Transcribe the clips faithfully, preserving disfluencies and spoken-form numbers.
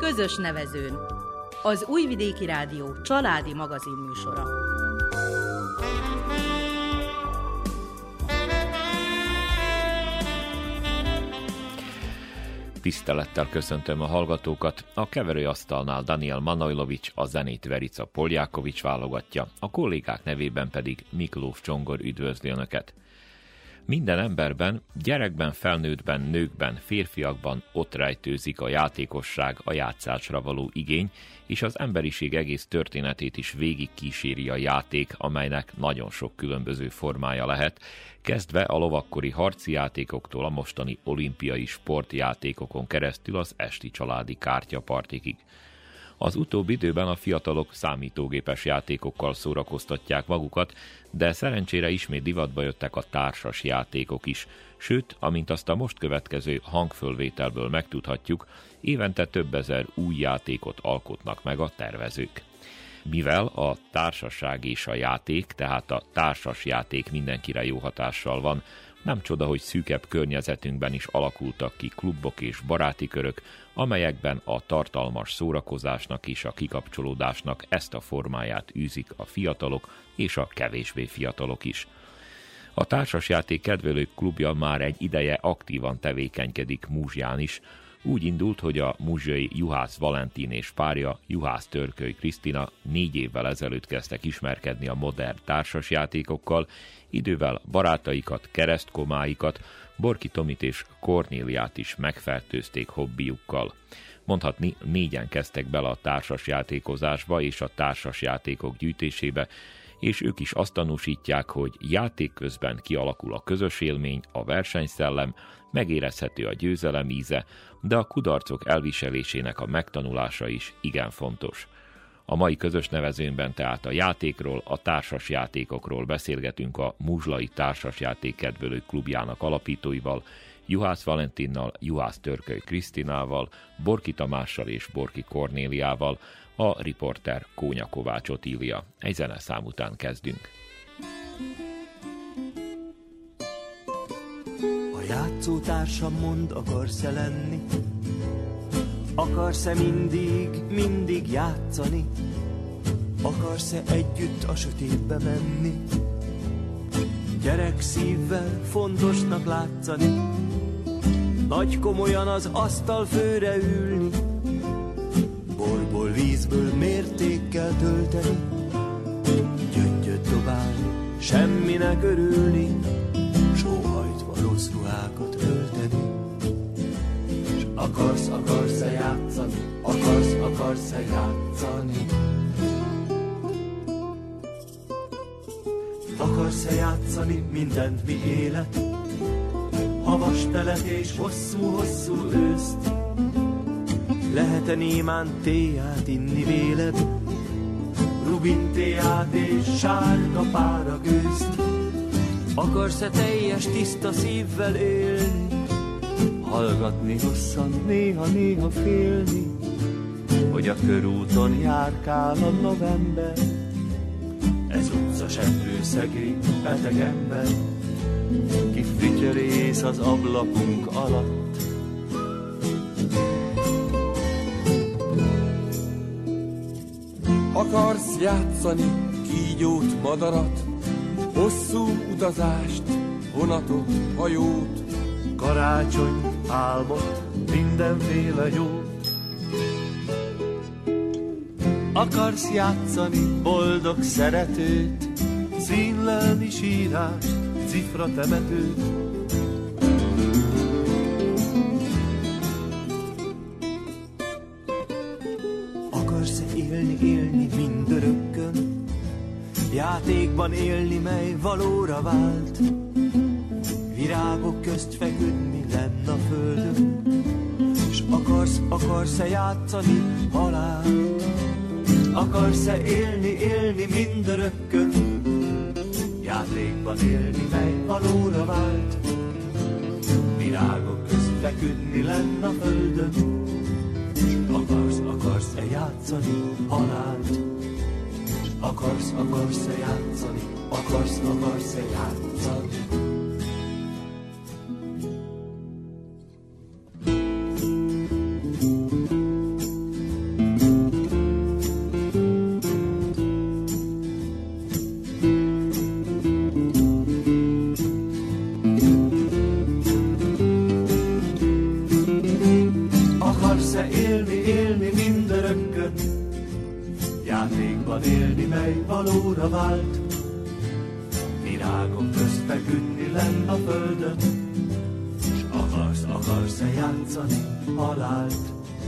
közös nevezőn. Az Újvidéki Rádió családi magazinműsora. Tisztelettel köszöntöm a hallgatókat. A keverőasztalnál Daniel Manojlovics, a zenét Verica Poljákovics válogatja, a kollégák nevében pedig Miklós Csongor üdvözli Önöket. Minden emberben, gyerekben, felnőttben, nőkben, férfiakban ott rejtőzik a játékosság, a játszásra való igény, és az emberiség egész történetét is végig kíséri a játék, amelynek nagyon sok különböző formája lehet, kezdve a lovakkori harci játékoktól a mostani olimpiai sportjátékokon keresztül az esti családi kártyapartikig. Az utóbbi időben a fiatalok számítógépes játékokkal szórakoztatják magukat, de szerencsére ismét divatba jöttek a társas játékok is, sőt, amint azt a most következő hangfölvételből megtudhatjuk, évente több ezer új játékot alkotnak meg a tervezők. Mivel a társaság és a játék, tehát a társas játék mindenkire jó hatással van, nem csoda, hogy szűkebb környezetünkben is alakultak ki klubok és baráti körök, amelyekben a tartalmas szórakozásnak és a kikapcsolódásnak ezt a formáját űzik a fiatalok és a kevésbé fiatalok is. A társasjáték kedvelők klubja már egy ideje aktívan tevékenykedik Múzsján is. Úgy indult, hogy a múzsai Juhász Valentin és párja, Juhász Törköly Krisztina négy évvel ezelőtt kezdtek ismerkedni a modern társasjátékokkal, idővel barátaikat, keresztkomáikat, Borki Tomit és Kornéliát is megfertőzték hobbiukkal. Mondhatni, négyen kezdtek bele a társasjátékozásba és a társasjátékok gyűjtésébe, és ők is azt tanúsítják, hogy játék közben kialakul a közös élmény, a versenyszellem, megérezhető a győzelem íze, de a kudarcok elviselésének a megtanulása is igen fontos. A mai közös nevezőnben tehát a játékról, a társasjátékokról beszélgetünk a Múzslai Társasjáték Kedvelők Klubjának alapítóival, Juhász Valentinnal, Juhász Törköly Krisztinával, Borki Tamással és Borki Kornéliával, a riporter Kónya Kovács Otília. Egy zeneszám után kezdünk. A játszótársam mond, akarsz-e lenni? Akarsz-e mindig, mindig játszani? Akarsz-e együtt a sötétbe menni? Gyerek szívvel fontosnak látszani, nagy komolyan az asztal főre ülni, borból, vízből mértékkel tölteni, gyöngyöt dobálni, semminek örülni, sóhajtva rossz ruhákat ölteni. S akarsz, akarsz-e játszani, akarsz, akarsz-e játszani? Akarsz-e játszani mindent, mi élet? Havas telet és hosszú-hosszú őszt? Lehet-e némán téját inni véled? Rubin téját és sárga pára gőzt? Akarsz-e teljes tiszta szívvel élni? Hallgatni hosszan, néha-néha félni, hogy a körúton járkál a november. Ez utca seprő szegény, beteg ember, ki fütyörész az ablakunk alatt. Akarsz játszani kígyót, madarat, hosszú utazást, vonatot, hajót, karácsony, álmot, mindenféle jót. Akarsz játszani boldog szeretőt, színlelni sírást, cifra temetőt? Akarsz-e élni, élni mindörökkön, játékban élni, mely valóra vált, virágok közt feküdni lenn a földön, s akarsz, akarsz-e játszani halált? Akarsz-e élni, élni mindörökkön, játékban élni, mely valóra vált, virágok közt feküdni lenn a földön, s akarsz, akarsz-e játszani halált? Akarsz, akarsz-e játszani, akarsz, akarsz-e játszani? élni, élni mindörökkön, játékban élni, mely valóra vált, virágok közt feküdni lenn a földön, s akarsz, akarsz-e játszani halált?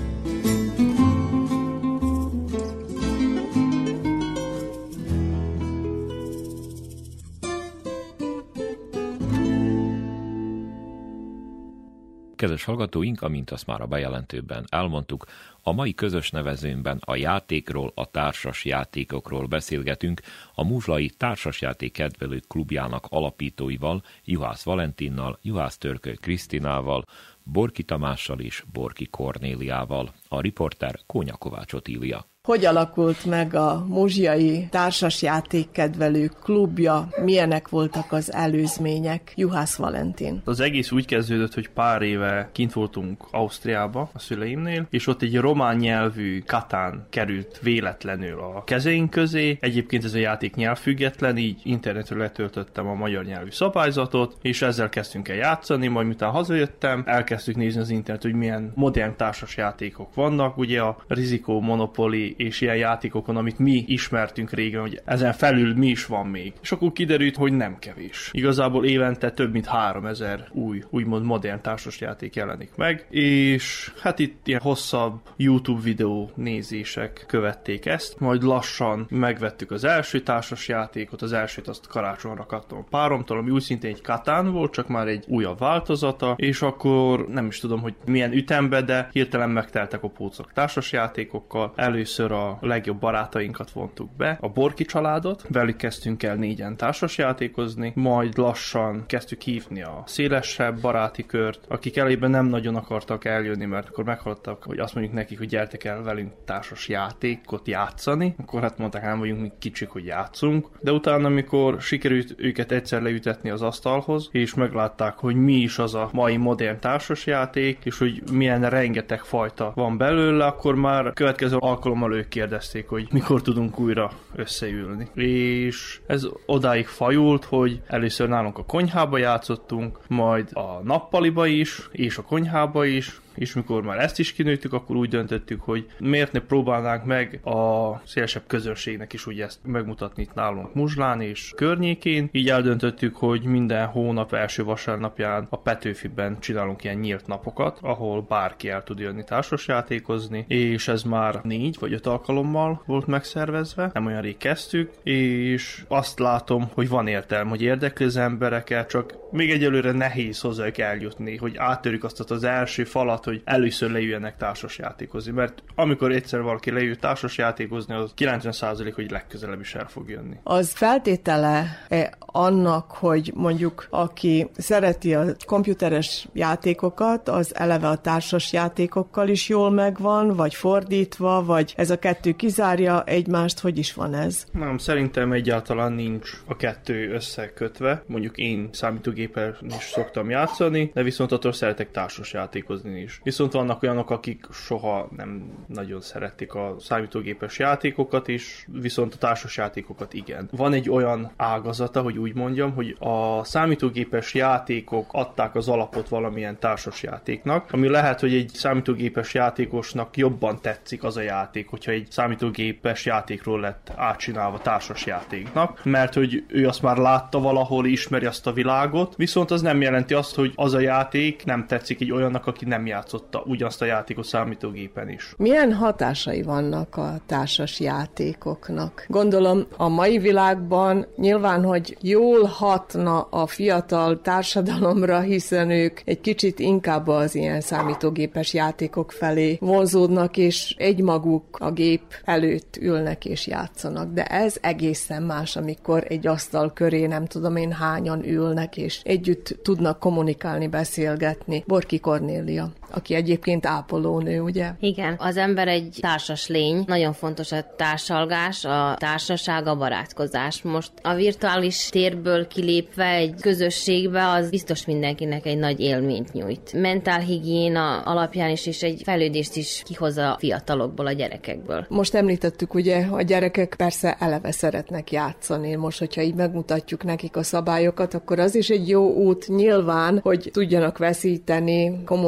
Kedves hallgatóink, amint azt már a bejelentőben elmondtuk, a mai közös nevezőnkben a játékról, a társas játékokról beszélgetünk a Muzslai Társasjáték Kedvelők Klubjának alapítóival, Juhász Valentinnal, Juhász Törköly Krisztinával, Borki Tamással és Borki Kornéliával. A riporter Kónya Kovács Otília. Hogy alakult meg a Muzsjai Társasjátékkedvelők Klubja, milyenek voltak az előzmények? Juhász Valentin. Az egész úgy kezdődött, hogy pár éve kint voltunk Ausztriába a szüleimnél, és ott egy román nyelvű Katán került véletlenül a kezeink közé. Egyébként ez a játék nyelvfüggetlen, így internetről letöltöttem a magyar nyelvű szabályzatot, és ezzel kezdtünk el játszani, majd miután hazajöttem, elkezdtük nézni az internet, hogy milyen modern társasjátékok vannak, ugye a Rizikó, Monopoly és ilyen játékokon, amit mi ismertünk régen, hogy ezen felül mi is van még. És akkor kiderült, hogy nem kevés. Igazából évente több mint háromezer új, úgymond modern társasjáték jelenik meg, és hát itt ilyen hosszabb YouTube videó nézések követték ezt, majd lassan megvettük az első társasjátékot, az elsőt azt karácsonyra kaptam a páromtól, ami úgy szintén egy Katán volt, csak már egy újabb változata, és akkor nem is tudom, hogy milyen ütembe, de hirtelen megteltek a pócok társasjátékokkal. Először a legjobb barátainkat vontuk be, a Borki családot, velük kezdtünk el négyen társasjátékozni, majd lassan kezdtük hívni a szélesebb baráti kört, akik elében nem nagyon akartak eljönni, mert akkor meghallottak, hogy azt mondjuk nekik, hogy gyertek el velünk társasjátékot játszani, akkor hát mondták, nem vagyunk még kicsik, hogy játszunk, de utána, amikor sikerült őket egyszer leütetni az asztalhoz, és meglátták, hogy mi is az a mai modern társasjáték, és hogy milyen rengeteg fajta van belőle, akkor már következő alkalommal ők kérdezték, hogy mikor tudunk újra összeülni. És ez odáig fajult, hogy először nálunk a konyhába játszottunk, majd a nappaliba is, és a konyhába is, és mikor már ezt is kinőttük, akkor úgy döntöttük, hogy miért ne próbálnánk meg a szélesebb közönségnek is ugye ezt megmutatni itt nálunk Muzslán és környékén. Így eldöntöttük, hogy minden hónap első vasárnapján a Petőfiben csinálunk ilyen nyílt napokat, ahol bárki el tud jönni társasjátékozni, és ez már négy vagy öt alkalommal volt megszervezve, nem olyan rég kezdtük, és azt látom, hogy van értelme, hogy érdekli az embereket, csak még egyelőre nehéz hozzájuk eljutni, hogy áttörjük azt az első falat, hogy először leüljenek társasjátékozni, mert amikor egyszer valaki leül társasjátékozni, az kilencven százalék, hogy legközelebb is el fog jönni. Az feltétele-e annak, hogy mondjuk aki szereti a komputeres játékokat, az eleve a társas játékokkal is jól megvan, vagy fordítva, vagy ez a kettő kizárja egymást, hogy is van ez? Nem, szerintem egyáltalán nincs a kettő összekötve. Mondjuk én számítógépen is szoktam játszani, de viszont attól szeretek társas játékozni is. Viszont vannak olyanok, akik soha nem nagyon szeretik a számítógépes játékokat is, viszont a társas játékokat igen. Van egy olyan ágazata, hogy úgy mondjam, hogy a számítógépes játékok adták az alapot valamilyen társas játéknak, ami lehet, hogy egy számítógépes játékosnak jobban tetszik az a játék, hogyha egy számítógépes játékról lett átcsinálva társas játéknak, mert hogy ő azt már látta valahol, ismeri azt a világot, viszont az nem jelenti azt, hogy az a játék nem tetszik egy olyannak, aki nem játszotta ugyanazt a játékot számítógépen is. Milyen hatásai vannak a társas játékoknak? Gondolom a mai világban nyilván, hogy jól hatna a fiatal társadalomra, hiszen ők egy kicsit inkább az ilyen számítógépes játékok felé vonzódnak, és egymaguk a gép előtt ülnek és játszanak. De ez egészen más, amikor egy asztal köré nem tudom én hányan ülnek, és együtt tudnak kommunikálni, beszélgetni. Borki Kornélia, aki egyébként ápolónő, ugye? Igen, az ember egy társas lény, nagyon fontos a társalgás, a társaság, a barátkozás. Most a virtuális térből kilépve egy közösségbe, az biztos mindenkinek egy nagy élményt nyújt. Mentálhigiéna alapján is, és egy fejlődést is kihoz a fiatalokból, a gyerekekből. Most említettük, ugye, a gyerekek persze eleve szeretnek játszani. Most, hogyha így megmutatjuk nekik a szabályokat, akkor az is egy jó út nyilván, hogy tudjanak veszíteni, kommunikálni,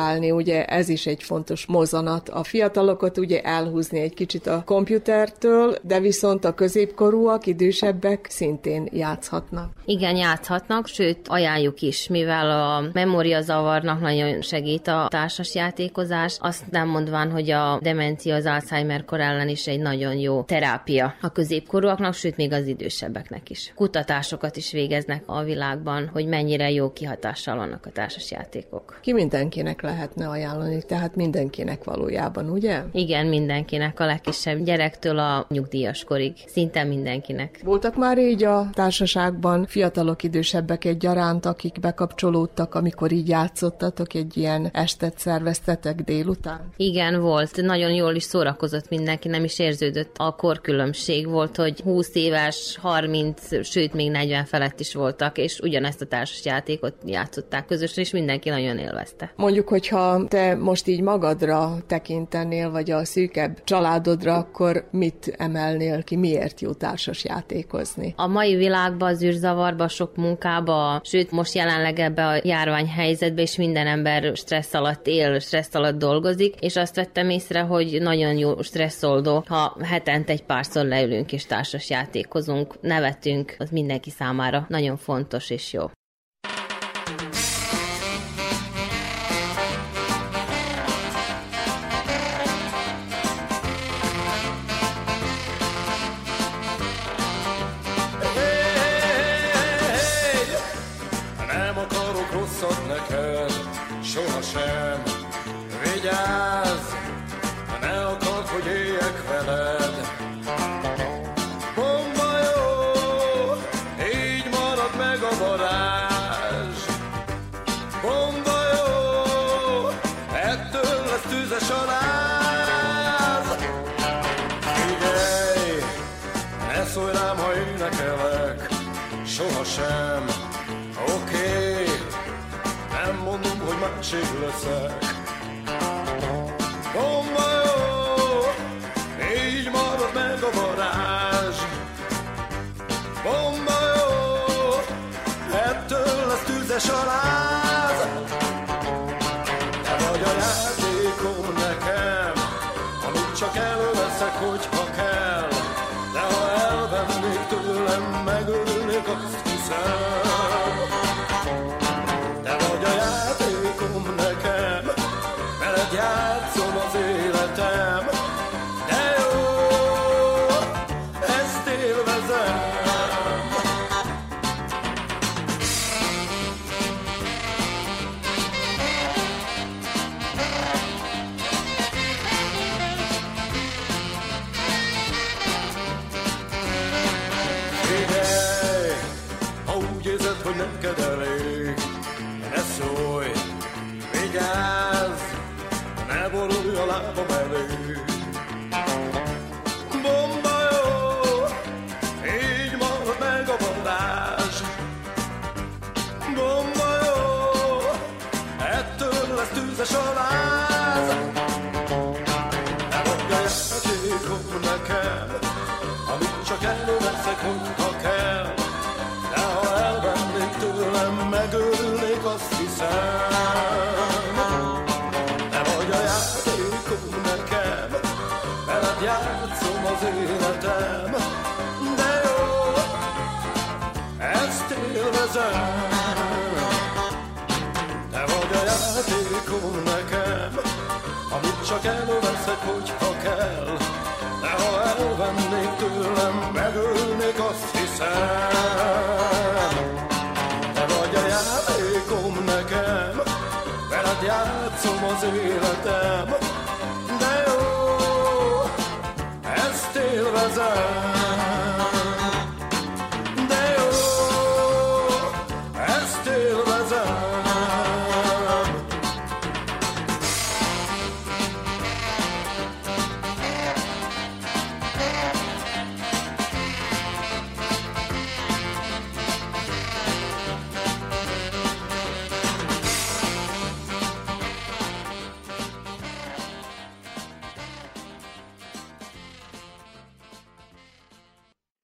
válni, ugye ez is egy fontos mozzanat. A fiatalokat ugye elhúzni egy kicsit a komputertől, de viszont a középkorúak, idősebbek szintén játszhatnak. Igen, játszhatnak, sőt ajánljuk is, mivel a memóriazavarnak nagyon segít a társasjátékozás, azt nem mondván, hogy a demencia, az Alzheimer-kor ellen is egy nagyon jó terápia a középkorúaknak, sőt még az idősebbeknek is. Kutatásokat is végeznek a világban, hogy mennyire jó kihatással vannak a társasjátékok. Ki mindenkinek lehetne ajánlani, tehát mindenkinek valójában, ugye? Igen, mindenkinek, a legkisebb gyerektől a nyugdíjas korig, szinte mindenkinek. Voltak már így a társaságban fiatalok, idősebbek egyaránt, akik bekapcsolódtak, amikor így játszottatok, egy ilyen estet szerveztetek délután? Igen, volt. Nagyon jól is szórakozott mindenki, nem is érződött a korkülönbség. Volt, hogy húsz éves, harminc, sőt még negyven felett is voltak, és ugyanezt a társasjátékot játszották közösen, és mindenki nagyon élvezte. Mondjuk, hogyha te most így magadra tekintenél, vagy a szűkebb családodra, akkor mit emelnél ki, miért jó társasjátékozni? A mai világban, az űrzavarban, sok munkába, sőt most jelenleg ebbe a járványhelyzetbe, és minden ember stressz alatt él, stressz alatt dolgozik, és azt vettem észre, hogy nagyon jó stresszoldó, ha hetente egy párszor leülünk és társasjátékozunk, nevetünk, az mindenki számára nagyon fontos és jó. Sohasem vigyázz, ne akard, hogy éljek veled. Bomba jó, így marad meg a varázs. Bomba jó, ettől lesz tüzes a láz. Figyelj, ne szólj rám, ha énekelek, sohasem, oké. Okay. Nem mondom, hogy másik leszek. Bomba jó, így marad meg a varázs. Bomba jó, ettől lesz tüzes a láz. Te vagy a játékom nekem, amit csak előveszek, hogyha kell. De ha elvennék tőlem, megölnék, azt hiszem. Játszom az életem, de jó, ezt élvezem. Figyelj, ha úgy érzed, hogy neked elég, ne szólj, vigyázz, ne borulj a lábam elé. Bomba jó, így marad meg a varázs. Bomba jó, ettől lesz tüzes a láz. Ne vagy a játékom nekem, amit csak előveszek, hogyha kell. De ha elvennék tőlem, megölnék, azt hiszem. Játszom az életem, de jó, ezt élvezem. Te vagy a játékom nekem, amit csak előveszek, hogyha kell. De ha elvennék tőlem, megölnék, azt hiszem. Te vagy a játékom nekem, veled játszom az életem, de jó, ezt élvezem. De jó, ezt élvezem.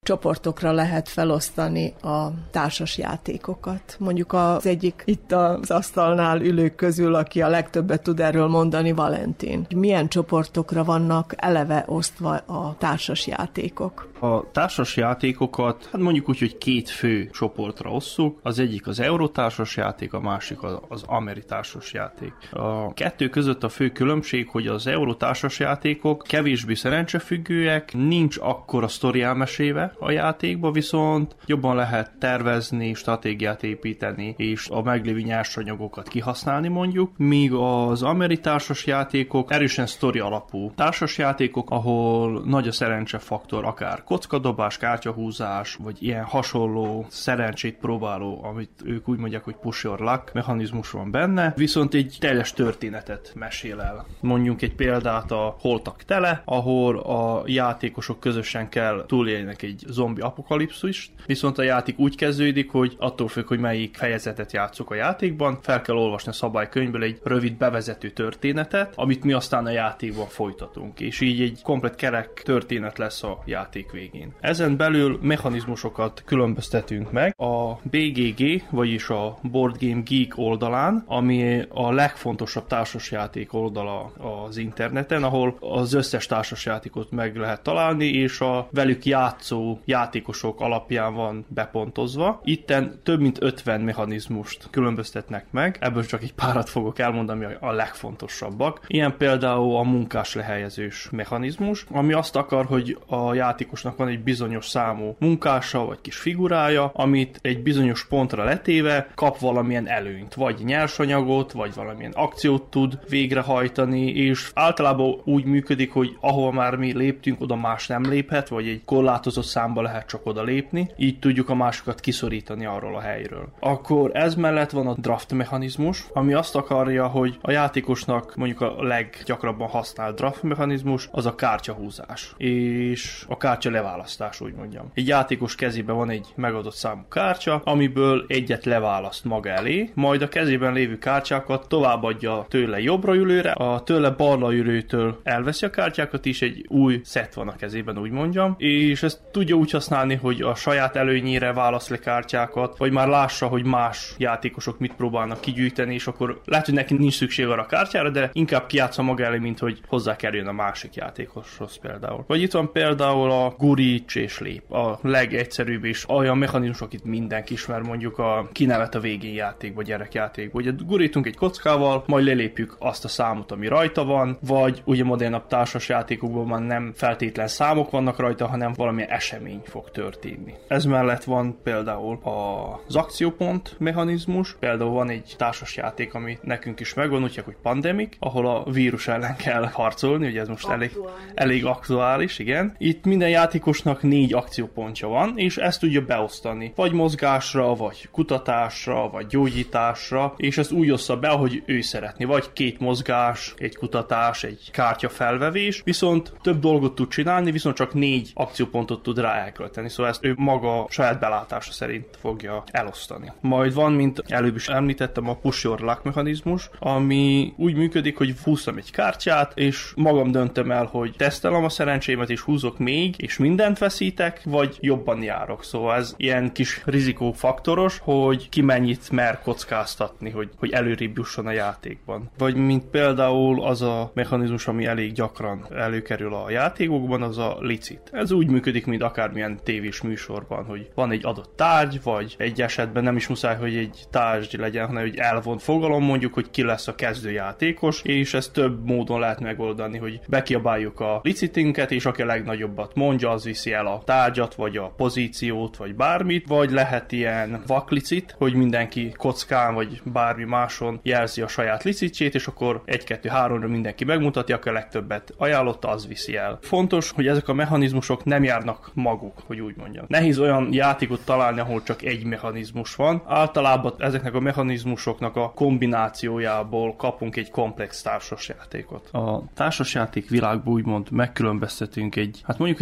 csoportokra lehet felosztani a társas játékokat. Mondjuk az egyik itt az asztalnál ülők közül, aki a legtöbbet tud erről mondani, Valentin. Milyen csoportokra vannak eleve osztva a társas játékok? A társas játékokat, hát mondjuk úgy, hogy két fő csoportra osszuk. Az egyik az eurotársas játék, a másik az ameritársas játék. A kettő között a fő különbség, hogy az eurotársas játékok kevésbé szerencsefüggőek, nincs akkora sztori elmesélve a játékba, viszont jobban lehet tervezni, stratégiát építeni, és a meglévő nyersanyagokat kihasználni mondjuk, míg az ameritársas játékok erősen sztori alapú társas játékok, ahol nagy a szerencsefaktor, akár kockadobás, kártyahúzás, vagy ilyen hasonló szerencsét próbáló, amit ők úgy mondják, hogy push your luck mechanizmus van benne, viszont egy teljes történetet mesél el. Mondjunk egy példát, a Holtak tele, ahol a játékosok közösen kell túléljenek egy zombi apokalipszist, viszont a játék úgy kezdődik, hogy attól függ, hogy melyik fejezetet játszok a játékban, fel kell olvasni a szabálykönyvből egy rövid bevezető történetet, amit mi aztán a játékban folytatunk, és így egy komplet kerek történet lesz a játék végén. Ezen belül mechanizmusokat különböztetünk meg. A bé gé gé, vagyis a Board Game Geek oldalán, ami a legfontosabb társasjáték oldala az interneten, ahol az összes társasjátékot meg lehet találni, és a velük játszó játékosok alapján van bepontozva. Itten több mint ötven mechanizmust különböztetnek meg, ebből csak egy párat fogok elmondani, a legfontosabbak. Ilyen például a munkás lehelyezős mechanizmus, ami azt akar, hogy a játékosnak van egy bizonyos számú munkása, vagy kis figurája, amit egy bizonyos pontra letéve kap valamilyen előnyt, vagy nyersanyagot, vagy valamilyen akciót tud végrehajtani, és általában úgy működik, hogy ahol már mi léptünk, oda más nem léphet, vagy egy korlátozott számba lehet csak oda lépni, így tudjuk a másokat kiszorítani arról a helyről. Akkor ez mellett van a draft mechanizmus, ami azt akarja, hogy a játékosnak mondjuk a leggyakrabban használt draft mechanizmus az a kártyahúzás, és a kártya leválasztás, úgy mondjam. Egy játékos kezében van egy megadott számú kártya, amiből egyet leválaszt maga elé, majd a kezében lévő kártyákat továbbadja tőle jobbra ülőre, a tőle balra ülőtől elveszi a kártyákat is, egy új szett van a kezében, úgy mondjam, és ezt tudja úgy használni, hogy a saját előnyére választ le kártyákat, vagy már lássa, hogy más játékosok mit próbálnak kigyűjteni, és akkor lehet, hogy neki nincs szükség arra a kártyára, de inkább kijátsza maga elé, mint hogy hozzákerüljön a másik játékoshoz például. Vagy itt van például a guríts és lép, a legegyszerűbb és olyan mechanizmus, akit mindenki ismer, mondjuk a kinevet a végén játékba, gyerekjátékba. Ugye gurítunk egy kockával, majd lelépjük azt a számot, ami rajta van, vagy ugye modernabb társas játékokban már nem feltétlen számok vannak rajta, hanem valamilyen esemény fog történni. Ez mellett van például az akciópont mechanizmus, például van egy társas játék, ami nekünk is megvan, úgyhogy hogy Pandemic, ahol a vírus ellen kell harcolni, ugye ez most elég, elég aktuális, igen. Itt minden játékosnak négy akciópontja van, és ezt tudja beosztani. Vagy mozgásra, vagy kutatásra, vagy gyógyításra, és ezt úgy ossza be, ahogy ő szeretné. Vagy két mozgás, egy kutatás, egy kártyafelvevés, viszont több dolgot tud csinálni, viszont csak négy akciópontot tud rá elkölteni, szóval ezt ő maga saját belátása szerint fogja elosztani. Majd van, mint előbb is említettem, a push your luck mechanizmus, ami úgy működik, hogy húztam egy kártyát, és magam döntöm el, hogy tesztelem a szerencsémet, és húzok még, és mindent veszítek, vagy jobban járok. Szóval ez ilyen kis rizikófaktoros, hogy ki mennyit mer kockáztatni, hogy, hogy előrébb jusson a játékban. Vagy mint például az a mechanizmus, ami elég gyakran előkerül a játékokban, az a licit. Ez úgy működik, mint akármilyen tévés műsorban, hogy van egy adott tárgy, vagy egy esetben nem is muszáj, hogy egy tárgy legyen, hanem egy elvont fogalom, mondjuk, hogy ki lesz a kezdőjátékos, és ezt több módon lehet megoldani, hogy bekiabáljuk a licitünket, és aki a legnagyobbat mondja, az viszi el a tárgyat, vagy a pozíciót, vagy bármit, vagy lehet ilyen vaklicit, hogy mindenki kockán, vagy bármi máson jelzi a saját licitjét, és akkor egy-kettő-háromra mindenki megmutatja, aki a legtöbbet ajánlotta, az viszi el. Fontos, hogy ezek a mechanizmusok nem járnak maguk, hogy úgy mondjam. Nehéz olyan játékot találni, ahol csak egy mechanizmus van. Általában ezeknek a mechanizmusoknak a kombinációjából kapunk egy komplex társasjátékot. A társasjáték világban úgymond megkülönböztetünk egy, hát mondjuk egy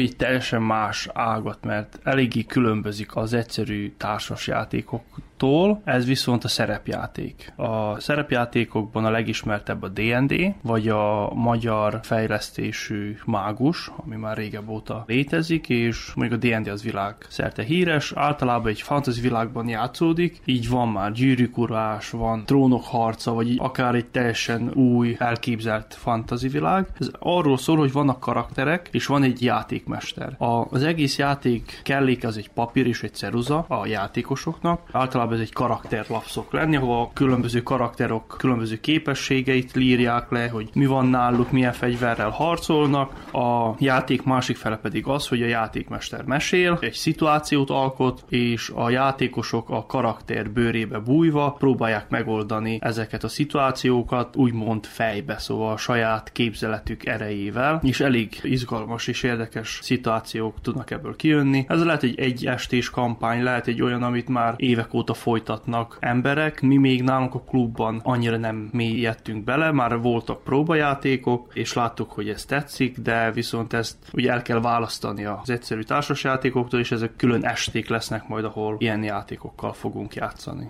teljesen más ágat, mert eléggé különbözik az egyszerű társasjátékoktól, ez viszont a szerepjáték. A szerepjátékokban a legismertebb a dé end dé, vagy a magyar fejlesztésű Mágus, ami már régebb óta létezik, és mondjuk a dé end dé az világ szerte híres, általában egy fantasy világban játszódik, így van már gyűrűk-uralás, van trónok harca, vagy így akár egy teljesen új, elképzelt fantasy világ. Ez arról szól, hogy vannak karakterek, és van egy játékmester. A, az egész játék kelléke az egy papír és egy ceruza a játékosoknak. Általában ez egy karakterlap szok lenni, ahol a különböző karakterok különböző képességeit írják le, hogy mi van náluk, milyen fegyverrel harcolnak. A játék másik fele pedig az, hogy a játékmester mesél, egy szituációt alkot, és a játékosok a karakter bőrébe bújva próbálják megoldani ezeket a szituációkat, úgymond fejbe, szóval a saját képzeletük erejével, és elég izgalmas és érdekes szituációk tudnak ebből kijönni. Ez lehet egy egy estés kampány, lehet egy olyan, amit már évek óta folytatnak emberek. Mi még nálunk a klubban annyira nem mélyedtünk bele, már voltak próbajátékok, és láttuk, hogy ez tetszik, de viszont ezt ugye el kell választani az egyszerű társasjátékoktól, és ezek külön esték lesznek majd, ahol ilyen játékokkal fogunk játszani.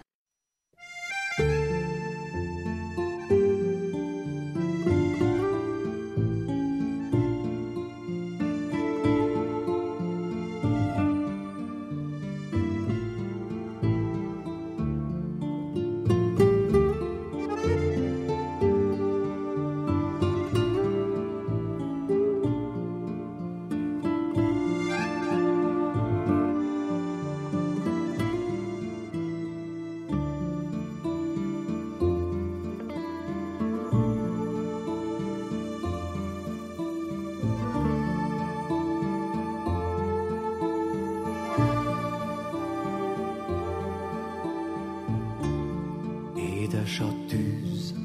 Édes a tűz,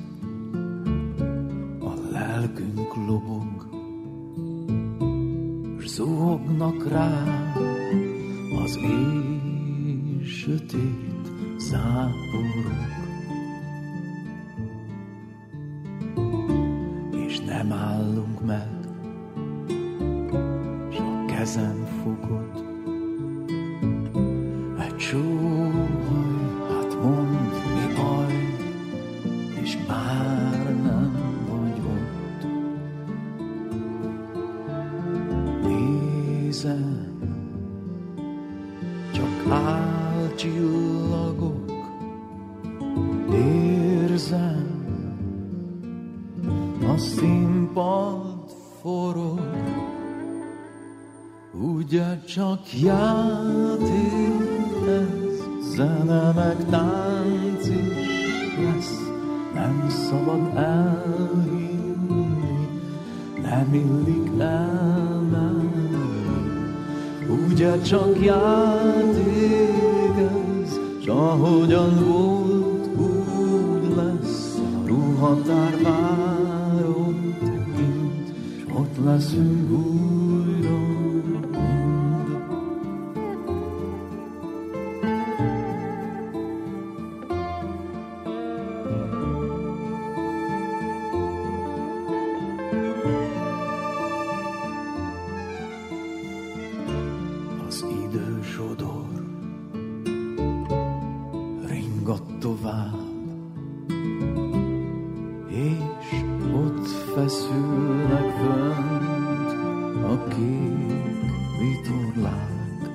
a lelkünk lobog, s zuhognak rá az éj sötét záporok. És nem állunk meg, s a kezem fogod, egy sóhaj, hát mondd, mi baj, és már nem vagy ott. Nézem, csak álcsillagok, érzem, a színpad forog, ugye csak játék ez, zene meg tánc is lesz, nem szabad elhinni, nem illik elmenni, ugye csak játék ez, s ahogyan volt, úgy lesz, a ruhatár vár ott kint, s ott leszünk újra mind. Az idő sodor ringat tovább, és ott feszülnek fönt a kék vitorlák.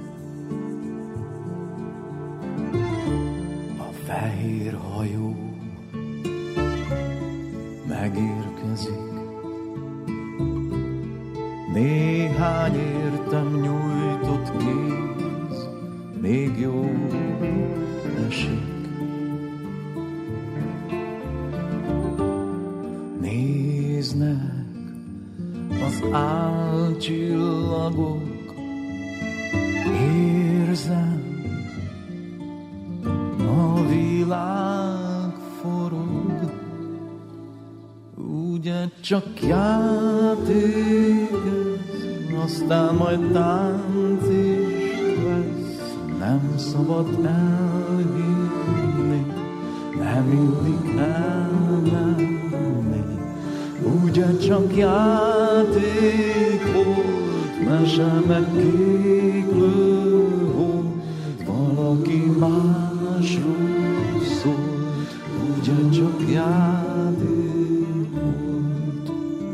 A fehér hajó megérkezik, néhány értem nyújtott kéz még jól esik. Néznek az álcsillagok, érzem, a világ forog, ugye csak játék ez, aztán majd tánc is lesz, nem szabad elhinni, nem illik elmenni, ugye csak játék volt, mese meg kéklő hold, valaki másról szólt, ugyancsak játék volt.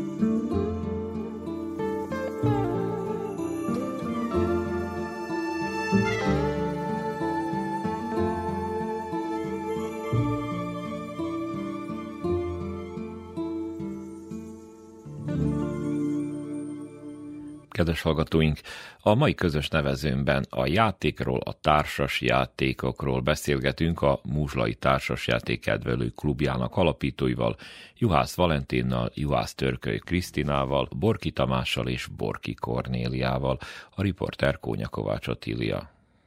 Kedves hallgatóink, a mai közös nevezőmben a játékról, a társas játékokról beszélgetünk a Múzslai Társasjáték Kedvelő Klubjának alapítóival, Juhász Valentinnal, Juhász Törköly Krisztinával, Borki Tamással és Borki Kornéliával, a riporter Kónya Kovács Attília.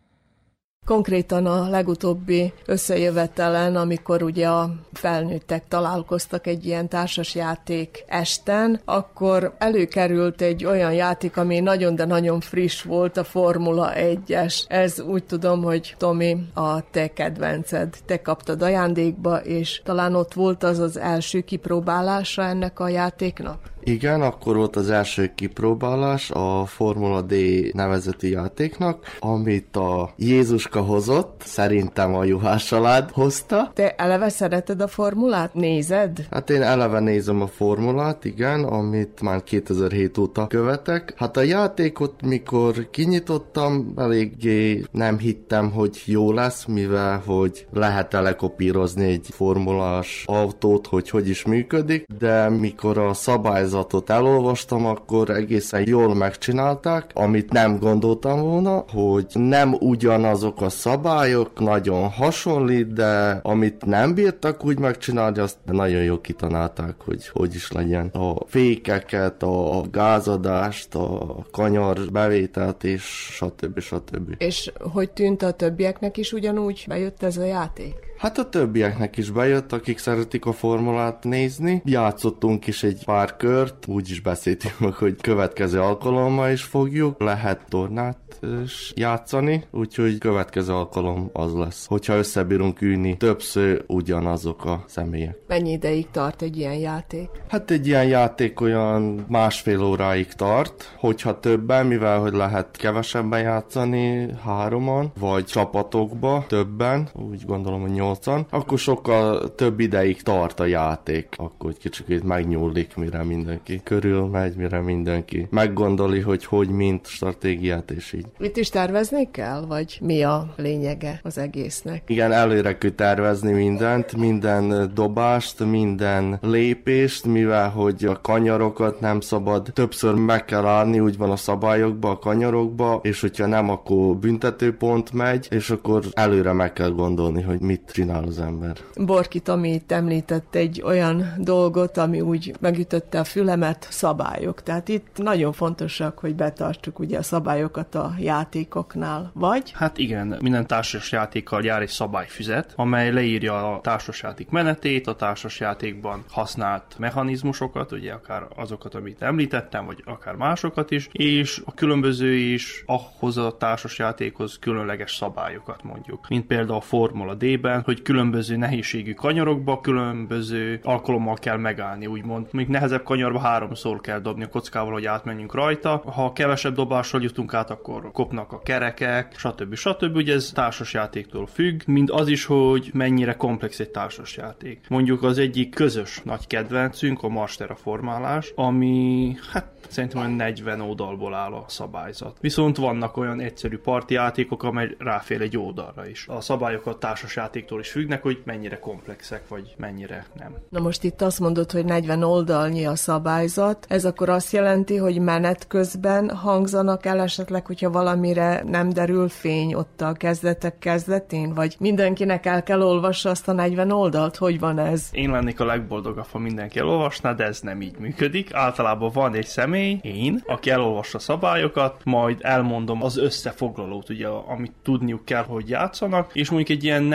Konkrétan a legutóbbi összejövetelen, amikor ugye a felnőttek találkoztak egy ilyen társasjáték esten, akkor előkerült egy olyan játék, ami nagyon, de nagyon friss volt, a Formula egyes. Ez úgy tudom, hogy Tomi, a te kedvenced. Te kaptad ajándékba, és talán ott volt az az első kipróbálása ennek a játéknak? Igen, akkor volt az első kipróbálás a Formula D nevezetű játéknak, amit a Jézuska hozott, szerintem a Juhász család hozta. Te eleve szereted a formulát? Nézed? Hát én eleve nézem a formulát, igen, amit már kétezer-hét óta követek. Hát a játékot, mikor kinyitottam, eléggé nem hittem, hogy jó lesz, mivel hogy lehet lekopírozni egy formulás autót, hogy hogy is működik, de mikor a szabályzat elolvastam, akkor egészen jól megcsinálták, amit nem gondoltam volna, hogy nem ugyanazok a szabályok, nagyon hasonlít, de amit nem bírtak úgy megcsinálni, azt nagyon jól kitanálták, hogy hogy is legyen. A fékeket, a gázadást, a kanyar bevételt, és stb. stb. És hogy tűnt a többieknek is ugyanúgy bejött ez a játék? Hát a többieknek is bejött, akik szeretik a formulát nézni. Játszottunk is egy pár kört, úgy is beszéltünk meg, hogy következő alkalommal is fogjuk. Lehet tornát is játszani, úgyhogy következő alkalom az lesz. Hogyha összebírunk ülni, többször ugyanazok a személyek. Mennyi ideig tart egy ilyen játék? Hát egy ilyen játék olyan másfél óráig tart, hogyha többen, mivel hogy lehet kevesebben játszani, hároman, vagy csapatokba többen, úgy gondolom, hogy nyolcan, akkor sokkal több ideig tart a játék, akkor egy kicsit megnyúlik, mire mindenki körül megy, mire mindenki meggondoli, hogy hogy mint stratégiát, és így. Mit is tervezni kell, vagy mi a lényege az egésznek? Igen, előre kell tervezni mindent, minden dobást, minden lépést, mivel hogy a kanyarokat nem szabad, többször meg kell állni, úgy van a szabályokban, a kanyarokba, és hogyha nem, akkor büntetőpont megy, és akkor előre meg kell gondolni, hogy mit csinál az ember. Borki Tomi itt említett egy olyan dolgot, ami úgy megütötte a fülemet, szabályok. Tehát itt nagyon fontosak, hogy betartsuk ugye a szabályokat a játékoknál, vagy? Hát igen, minden társasjátékkal jár egy szabályfüzet, amely leírja a társasjáték menetét, a társasjátékban használt mechanizmusokat, ugye akár azokat, amit említettem, vagy akár másokat is, és a különböző is ahhoz a társasjátékhoz különleges szabályokat mondjuk. Mint például a Formula D-ben, hogy különböző nehézségű kanyarokba különböző alkalommal kell megállni, úgymond. Még nehezebb kanyarba háromszor kell dobni a kockával, hogy átmenjünk rajta. Ha kevesebb dobással jutunk át, akkor kopnak a kerekek, stb. stb. Ugye ez társasjátéktól függ, mint az is, hogy mennyire komplex egy társasjáték. Mondjuk az egyik közös nagy kedvencünk a Mars terraformálás, ami hát szerintem olyan negyven oldalból áll a szabályzat. Viszont vannak olyan egyszerű partijátékok, amely ráfér egy oldalra is. A szabályok a társasjátéktól is függnek, hogy mennyire komplexek, vagy mennyire nem. Na most itt azt mondod, hogy negyven oldalnyi a szabályzat. Ez akkor azt jelenti, hogy menet közben hangzanak el esetleg, hogyha valamire nem derül fény ott a kezdetek kezdetén? Vagy mindenkinek el kell olvassa azt a negyven oldalt? Hogy van ez? Én lennék a legboldogabb, ha mindenki elolvasná, de ez nem így működik. Általában van egy személy, én, aki elolvassa a szabályokat, majd elmondom az összefoglalót, ugye, amit tudniuk kell, hogy játszanak, és mondjuk egy ilyen negyven oldal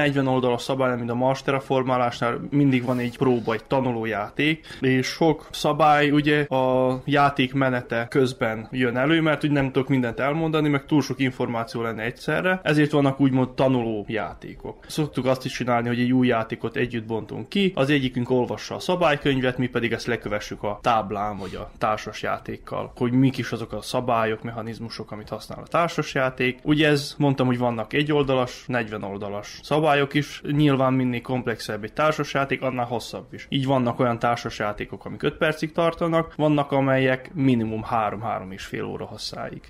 oldalas szabály, mint a Mars terraformálásnál mindig van egy próba, egy tanulójáték, és sok szabály ugye a játék menete közben jön elő, mert úgy nem tudok mindent elmondani, meg túl sok információ lenne egyszerre, ezért vannak úgymond tanuló játékok. Szoktuk azt is csinálni, hogy egy új játékot együtt bontunk ki, az egyikünk olvassa a szabálykönyvet, mi pedig ezt lekövessük a táblán vagy a társas játékkal, hogy mik is azok a szabályok, mechanizmusok, amit használ a társas játék. Ugye ez, mondtam, hogy vannak egy oldalas, negyven oldalas szabályok is, nyilván minél komplexebb egy társas játék, annál hosszabb is. Így vannak olyan társas játékok, amik öt percig tartanak, vannak amelyek minimum három-három és fél óra hosszáig.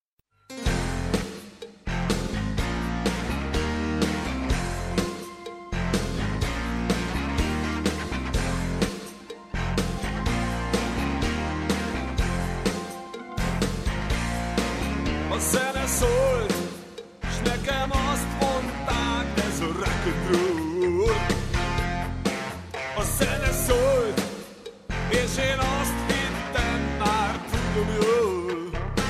A zene szólt, s nekem azt mondták, ez a rock and roll. A zene szólt, és én azt hittem, már tudom jól.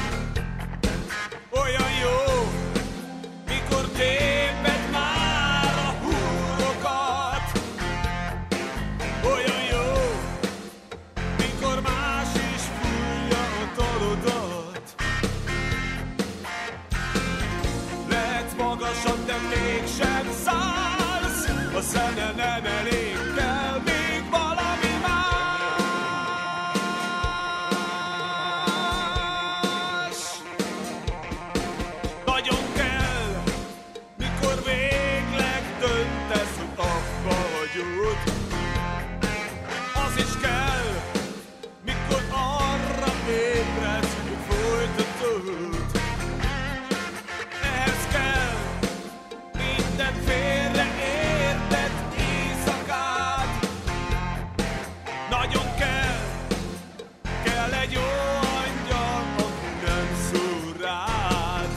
Olyan jó, mikor téped már a húrokat. Olyan jó, mikor más is fújja a dalodat. Lehet magasabb, de mégsem szállsz. A zene nem elég, kell még valami más. Nagyon kell, mikor végleg döntesz, hogy abba hagyod. Az is kell, mikor arra ébredsz, hogy folytatod. Ehhez kell minden félre értett éjszakát. Nagyon kell, kell egy jó angyal, aki nem szól rád.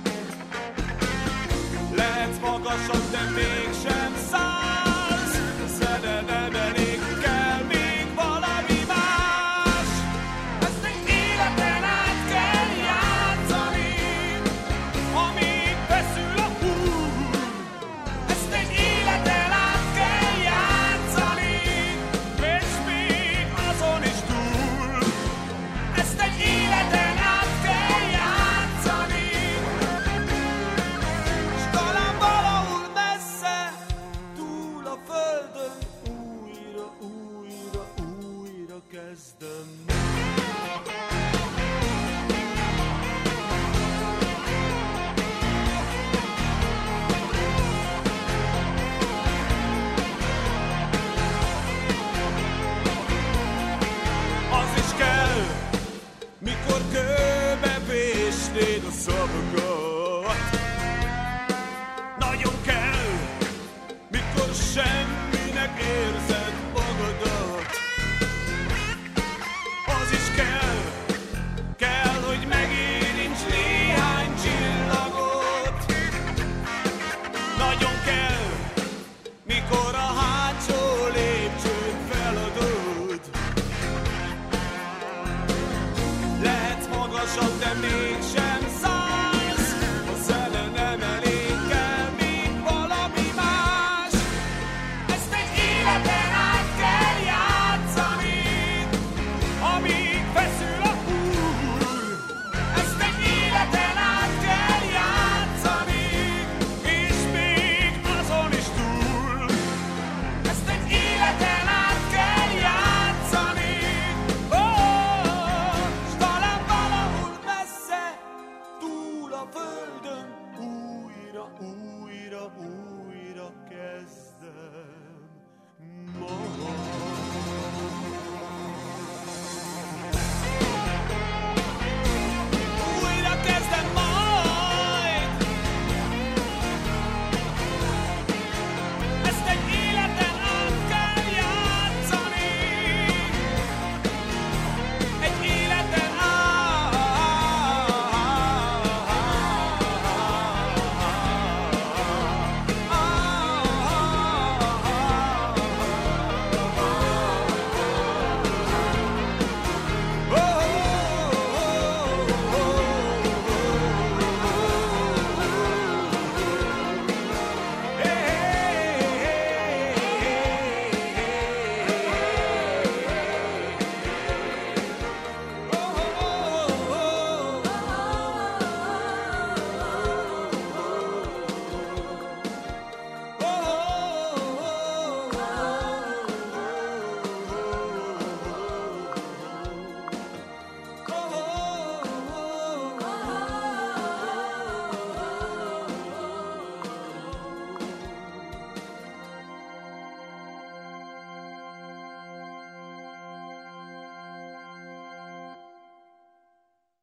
Lehetsz magasabb, de mégsem szállsz. A zene nem elég, kell még valami más. Ezt egy életen át kell játszani, amíg feszül a húr. Ezt egy életen át kell játszani, és még azon is túl. Ezt egy életen át kell játszani, s talán valahol messze, túl a földön, újra, újra, újra kezdem. Az is kell, mikor kőbe vésnéd a szavakat. Nagyon kell, mikor semminek érzed magadat. Az is kell, kell, hogy megérints néhány csillagot. Nagyon kell, mikor a hátsó lépcsőt feladod. Lehetsz magasabb, de mégsem szállsz. A zene nem elég, kell még valami más. Ezt egy életen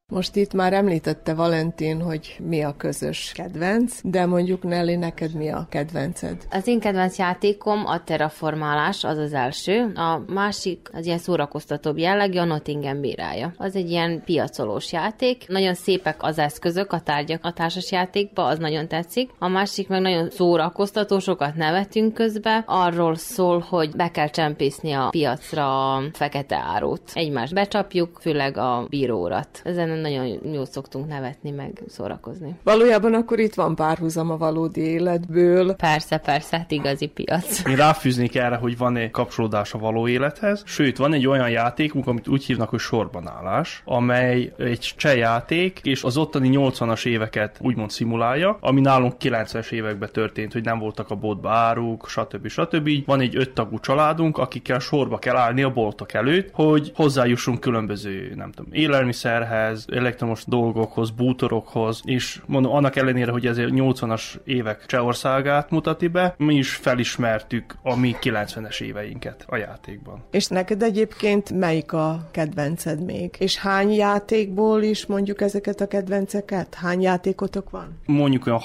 Most itt már említette Valentin, hogy mi a közös kedvenc, de mondjuk Nelly, neked mi a kedvenced? Az én kedvenc játékom a terraformálás, az az első. A másik, az ilyen szórakoztatóbb jellegű, a Nottingham bírája. Az egy ilyen piacolós játék. Nagyon szépek az eszközök, a tárgyak a társas játékba, az nagyon tetszik. A másik meg nagyon szórakoztató, sokat nevetünk közbe. Arról szól, hogy be kell csempészni a piacra a fekete árut. Egymást becsapjuk, főleg a bírórat. Ezen nagyon jót szoktunk nevetni, meg szórakozni. Valójában akkor itt van párhuzam a valódi életből. Persze, persze, hát igazi piac. Én ráfűznék erre, hogy van egy kapcsolódás a való élethez, sőt, van egy olyan játékunk, amit úgy hívnak, hogy sorbanállás, amely egy cseh játék, és az ottani nyolcvanas éveket úgymond szimulálja, ami nálunk kilencvenes években történt, hogy nem voltak a boltba áruk, stb. stb. Így van egy öttagú családunk, akikkel sorba kell állni a boltok előtt, hogy hozzájussunk különböző, nem tudom, élelmiszerhez, elektromos dolgokhoz, bútorokhoz, és mondom, annak ellenére, hogy ez a nyolcvanas évek Csehországát mutatja be, mi is felismertük a mi kilencvenes éveinket a játékban. És neked egyébként melyik a kedvenced még? És hány játékból is mondjuk ezeket a kedvenceket? Hány játékotok van? Mondjuk olyan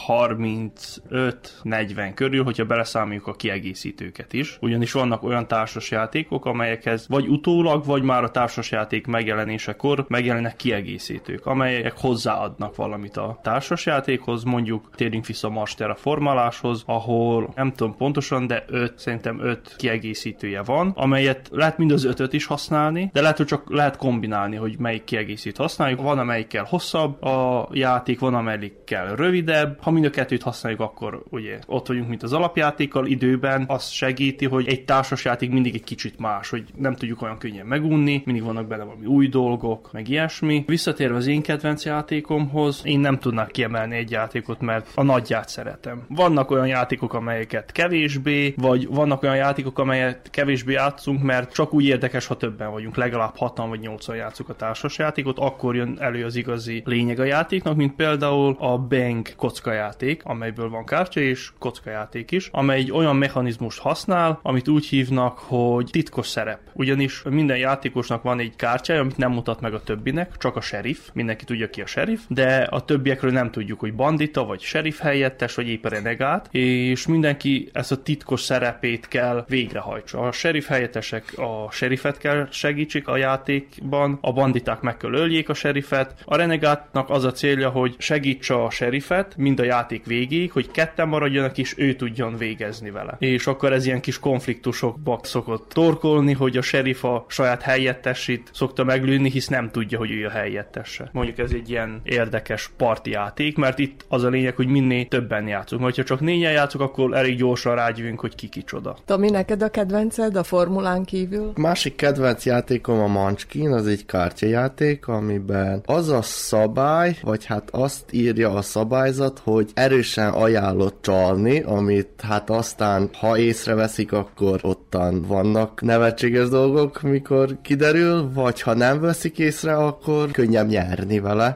harmincöt-negyven körül, hogyha beleszámoljuk a kiegészítőket is. Ugyanis vannak olyan társasjátékok, amelyekhez vagy utólag, vagy már a társasjáték megjelenésekor megjelennek kiegészítők, amelyek hozzáadnak valamit a társasjátékhoz. Mondjuk térjünk vissza a Mars terraformáláshoz, ahol nem tudom pontosan, de öt, szerintem öt kiegészítője van, amelyet lehet mind az ötöt is használni, de lehet, hogy csak lehet kombinálni, hogy melyik kiegészítőt használjuk. Van, amelyikkel hosszabb a játék, van, amelyikkel rövidebb. Ha mind a kettőt használjuk, akkor ugye ott vagyunk, mint az alapjátékkal időben. Az segíti, hogy egy társasjáték mindig egy kicsit más, hogy nem tudjuk olyan könnyen megunni, mindig vannak benne valami új dolgok, meg ilyesmi. Visszatérve az én kedvenc játékomhoz, én nem tudnák kiemelni egy játékot, mert a nagyját szeretem. Vannak olyan játékok, amelyeket kevésbé, vagy vannak olyan játékok, amelyet kevésbé játszunk, mert csak úgy érdekes, ha többen vagyunk, legalább hatan vagy nyolcan játszunk a társasjátékot, akkor jön elő az igazi lényeg a játéknak, mint például a Bang kockajáték, amelyből van kártya és kockajáték is, amely egy olyan mechanizmust használ, amit úgy hívnak, hogy titkos szerep. Ugyanis minden játékosnak van egy kártyája, amit nem mutat meg a többinek, csak a sheriff, mindenki tudja ki a sheriff, de a többiekről nem tudjuk, hogy bandita, vagy sheriff helyettes, vagy éppen renegát, és mindenki ezt a titkos szerepét kell végrehajtsa. A sheriff helyettesek a sheriffet kell segítsék a játékban, a banditák meg kell öljék a sheriffet, a renegátnak az a célja, hogy segítsa a sheriffet mind a játék végéig, hogy ketten maradjanak, és ő tudjon végezni vele. És akkor ez ilyen kis konfliktusokba szokott torkolni, hogy a sheriff a saját helyettesét szokta meglőni, hisz nem tudja, hogy ő a helyettese. Mondjuk ez egy ilyen érdekes parti játék, mert itt az a lényeg, hogy minél többen játszunk. Mert ha csak négyen játszunk, akkor elég gyorsan rágyűvünk, hogy ki kicsoda. Tomi, neked a kedvenced a formulán kívül? Másik kedvenc játékom a Munchkin, az egy kártyajáték, amiben az a szabály, vagy hát azt írja a szabályzat, hogy erősen ajánlott csalni, amit hát aztán, ha észreveszik, akkor ottan vannak nevetséges dolgok, mikor kiderül, vagy ha nem veszik észre, akkor könnyebb nyerni vele.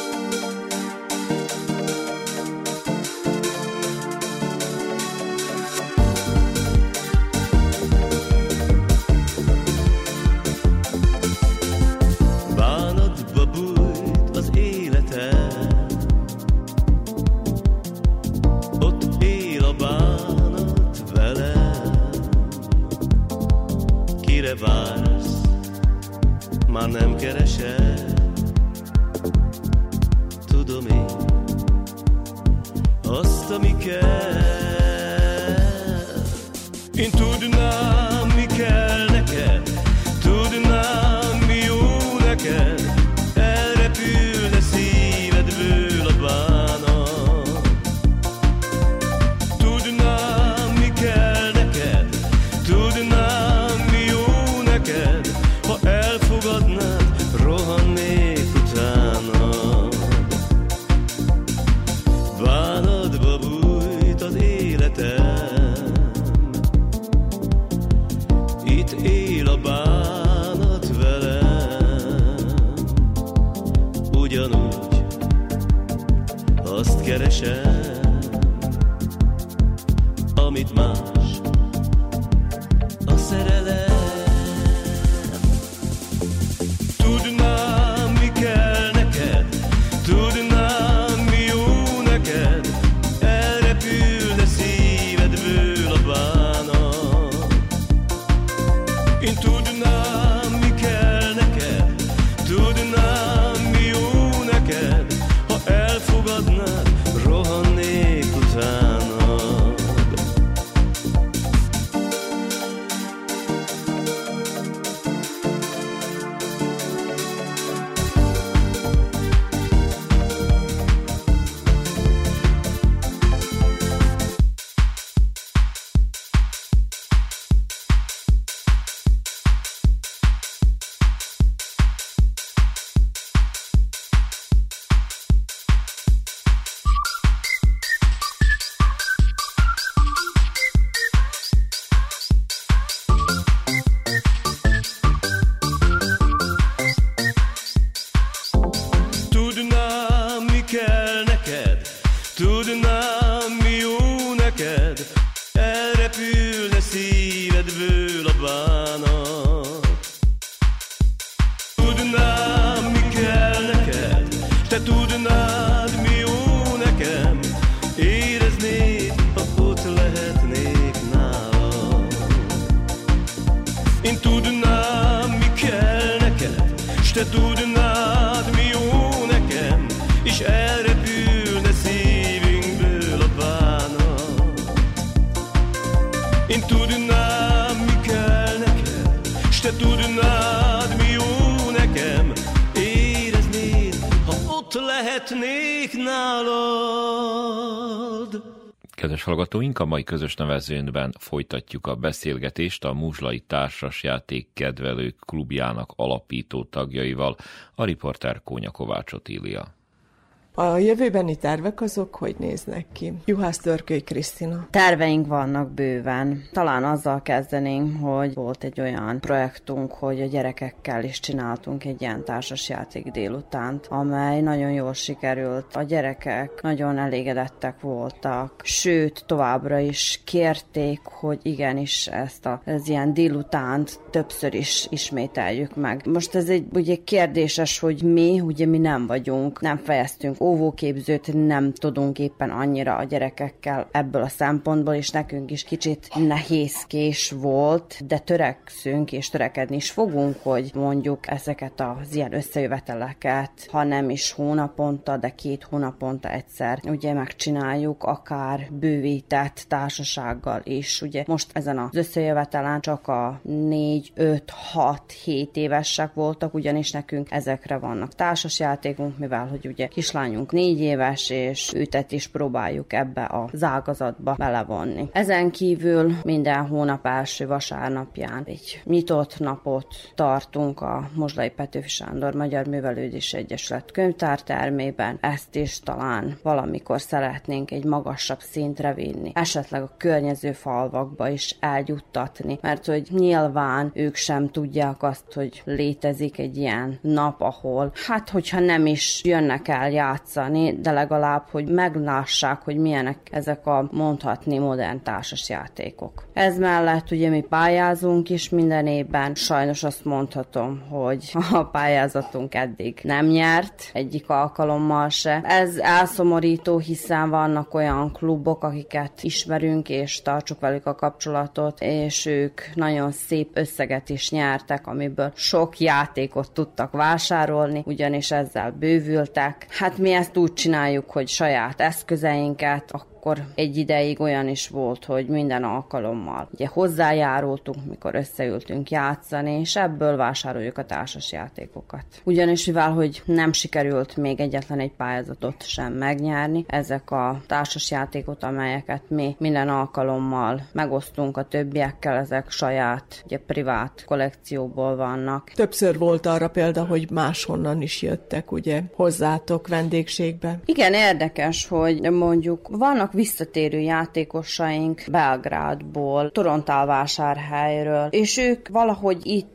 Már nem keresel, tudom én azt, ami kell. Én tudnám, mi kell neked, tudnám, mi jó neked, elrepülne szívedből a bánat. Tudnám, mi kell neked, tudnám, mi jó neked, ha elfogadnád, rohannék utána. Bánatba bújt az életem, itt él a bánat velem. Ugyanúgy azt keresem, amit más, a szerelem. Tudnám, mi kell neked, Én tudnám, mi kell neked, tudnám, mi jó neked, ha elfogadnád, rohannék utánad. Kedves hallgatóink, a mai közös nevezőnkben folytatjuk a beszélgetést a Muzslai Társasjáték Kedvelők Klubjának alapító tagjaival, a riporter Kónya Kovács Otília. A jövőbeni tervek azok hogy néznek ki? Juhász Törköly Krisztina. Terveink vannak bőven. Talán azzal kezdenénk, hogy volt egy olyan projektunk, hogy a gyerekekkel is csináltunk egy ilyen társasjáték délutánt, amely nagyon jól sikerült. A gyerekek nagyon elégedettek voltak, sőt, továbbra is kérték, hogy igenis ezt a, ez ilyen délutánt többször is ismételjük meg. Most ez egy ugye kérdéses, hogy mi, ugye mi nem vagyunk, nem fejeztünk óvóképzőt, nem tudunk éppen annyira a gyerekekkel ebből a szempontból, és nekünk is kicsit nehézkés volt, de törekszünk és törekedni is fogunk, hogy mondjuk ezeket az ilyen összejöveteleket, ha nem is hónaponta, de két hónaponta egyszer ugye megcsináljuk, akár bővített társasággal is. Ugye most ezen az összejövetelen csak a négy, öt, hat, hét évesek voltak, ugyanis nekünk ezekre vannak társasjátékunk, mivel hogy ugye kislány négy éves, és őtet is próbáljuk ebbe az ágazatba belevonni. Ezen kívül minden hónap első vasárnapján egy nyitott napot tartunk a Mozslai Petőfi Sándor Magyar Művelődési Egyesület könyvtártermében. Ezt is talán valamikor szeretnénk egy magasabb szintre vinni. Esetleg a környező falvakba is eljuttatni, mert hogy nyilván ők sem tudják azt, hogy létezik egy ilyen nap, ahol hát hogyha nem is jönnek el játszani, de legalább, hogy meglássák, hogy milyenek ezek a mondhatni modern társasjátékok. Ez mellett ugye mi pályázunk is minden évben, sajnos azt mondhatom, hogy a pályázatunk eddig nem nyert, egyik alkalommal se. Ez elszomorító, hiszen vannak olyan klubok, akiket ismerünk, és tartsuk velük a kapcsolatot, és ők nagyon szép összeget is nyertek, amiből sok játékot tudtak vásárolni, ugyanis ezzel bővültek. Hát mi ezt úgy csináljuk, hogy saját eszközeinket, akkor egy ideig olyan is volt, hogy minden alkalommal ugye hozzájárultunk, mikor összeültünk játszani, és ebből vásároljuk a társasjátékokat. Ugyanis mivel, hogy nem sikerült még egyetlen egy pályázatot sem megnyerni, ezek a társasjátékot, amelyeket mi minden alkalommal megosztunk a többiekkel, ezek saját, ugye privát kollekcióból vannak. Többször volt arra példa, hogy máshonnan is jöttek, ugye, hozzátok vendégségbe. Igen, érdekes, hogy mondjuk vannak visszatérő játékosaink Belgrádból, Torontálvásárhelyről, és ők valahogy itt